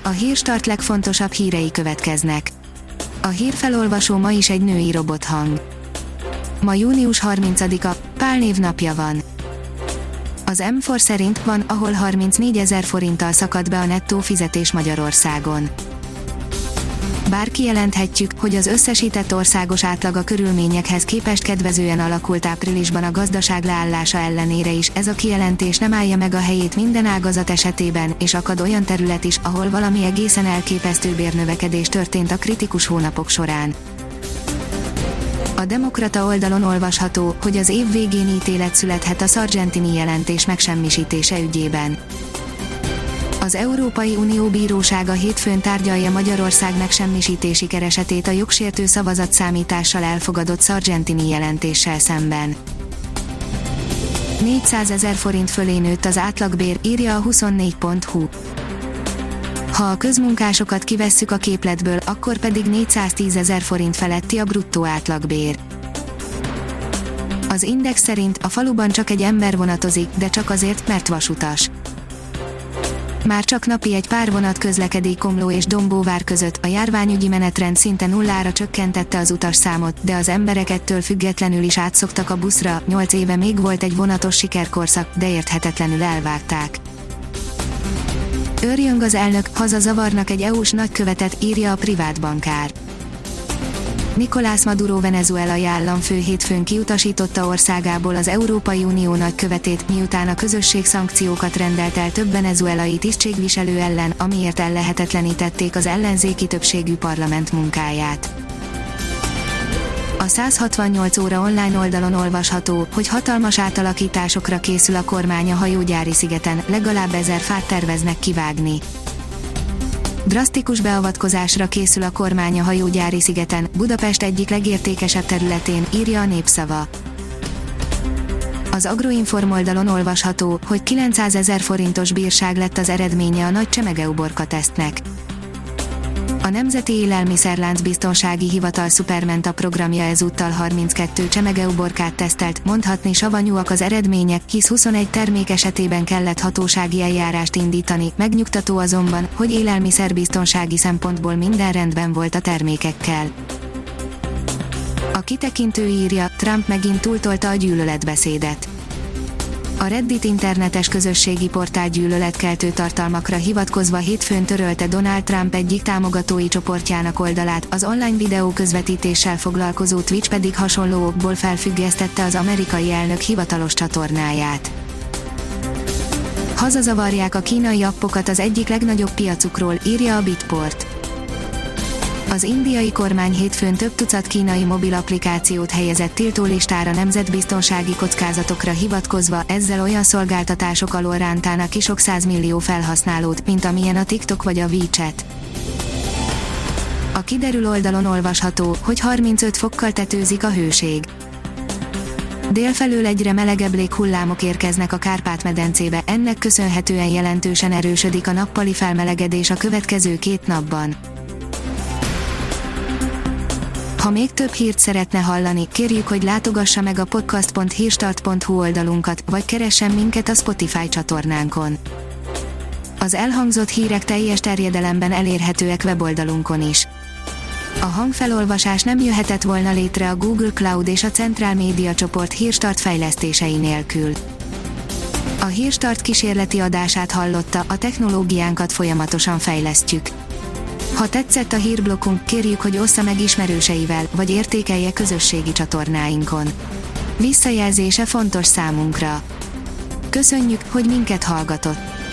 A Hírstart legfontosabb hírei következnek. A hírfelolvasó ma is egy női robothang. Ma június 30-a, Pál névnapja van. Az M4 szerint van, ahol 34 000 forinttal szakad be a nettó fizetés Magyarországon. Bár kijelenthetjük, hogy az összesített országos átlag a körülményekhez képest kedvezően alakult áprilisban a gazdaság leállása ellenére is, ez a kijelentés nem állja meg a helyét minden ágazat esetében, és akad olyan terület is, ahol valami egészen elképesztő bérnövekedés történt a kritikus hónapok során. A Demokrata oldalon olvasható, hogy az év végén ítélet születhet a Sargentini jelentés megsemmisítése ügyében. Az Európai Unió Bírósága hétfőn tárgyalja Magyarország megsemmisítési keresetét a jogsértő szavazatszámítással elfogadott Sargentini jelentéssel szemben. 400 000 forint fölé nőtt az átlagbér, írja a 24.hu. Ha a közmunkásokat kivesszük a képletből, akkor pedig 410 000 forint feletti a bruttó átlagbér. Az Index szerint a faluban csak egy ember vonatozik, de csak azért, mert vasutas. Már csak napi egy pár vonat közlekedik Komló és Dombóvár között, a járványügyi menetrend szinte nullára csökkentette az utasszámot, de az emberek ettől függetlenül is átszoktak a buszra, 8 éve még volt egy vonatos sikerkorszak, de érthetetlenül elvágták. Őrjöng az elnök, hazazavarnak egy EU-s nagykövetet, írja a privát bankár. Nicolás Maduro venezuelai államfő hétfőn kiutasította országából az Európai Unió nagykövetét, miután a közösség szankciókat rendelt el több venezuelai tisztségviselő ellen, amiért ellehetetlenítették az ellenzéki többségű parlament munkáját. A 168 óra online oldalon olvasható, hogy hatalmas átalakításokra készül a kormány a hajógyári szigeten, legalább 1000 fát terveznek kivágni. Drasztikus beavatkozásra készül a kormány a hajógyári szigeten, Budapest egyik legértékesebb területén, írja a Népszava. Az Agroinform oldalon olvasható, hogy 900 000 forintos bírság lett az eredménye a nagy csemegeuborka tesztnek. A Nemzeti Élelmiszerlánc Biztonsági Hivatal Supermenta programja ezúttal 32 csemegeuborkát tesztelt, mondhatni savanyúak az eredmények, hisz 21 termék esetében kellett hatósági eljárást indítani, megnyugtató azonban, hogy élelmiszerbiztonsági szempontból minden rendben volt a termékekkel. A kitekintő írja, Trump megint túltolta a gyűlöletbeszédet. A Reddit internetes közösségi portál gyűlöletkeltő tartalmakra hivatkozva hétfőn törölte Donald Trump egyik támogatói csoportjának oldalát, az online videó közvetítéssel foglalkozó Twitch pedig hasonló okból felfüggesztette az amerikai elnök hivatalos csatornáját. Hazazavarják a kínai appokat az egyik legnagyobb piacukról, írja a Bitport. Az indiai kormány hétfőn több tucat kínai mobil applikációt helyezett tiltólistára nemzetbiztonsági kockázatokra hivatkozva, ezzel olyan szolgáltatások alól rántának ki sok százmillió felhasználót, mint amilyen a TikTok vagy a WeChat. A kiderül oldalon olvasható, hogy 35 fokkal tetőzik a hőség. Délfelől egyre melegebb léghullámok érkeznek a Kárpát-medencébe, ennek köszönhetően jelentősen erősödik a nappali felmelegedés a következő 2 napban. Ha még több hírt szeretne hallani, kérjük, hogy látogassa meg a podcast.hírstart.hu oldalunkat, vagy keressen minket a Spotify csatornánkon. Az elhangzott hírek teljes terjedelemben elérhetőek weboldalunkon is. A hangfelolvasás nem jöhetett volna létre a Google Cloud és a Central Media csoport Hírstart fejlesztései nélkül. A Hírstart kísérleti adását hallotta, a technológiánkat folyamatosan fejlesztjük. Ha tetszett a hírblokkunk, kérjük, hogy ossza meg ismerőseivel, vagy értékelje közösségi csatornáinkon. Visszajelzése fontos számunkra. Köszönjük, hogy minket hallgatott!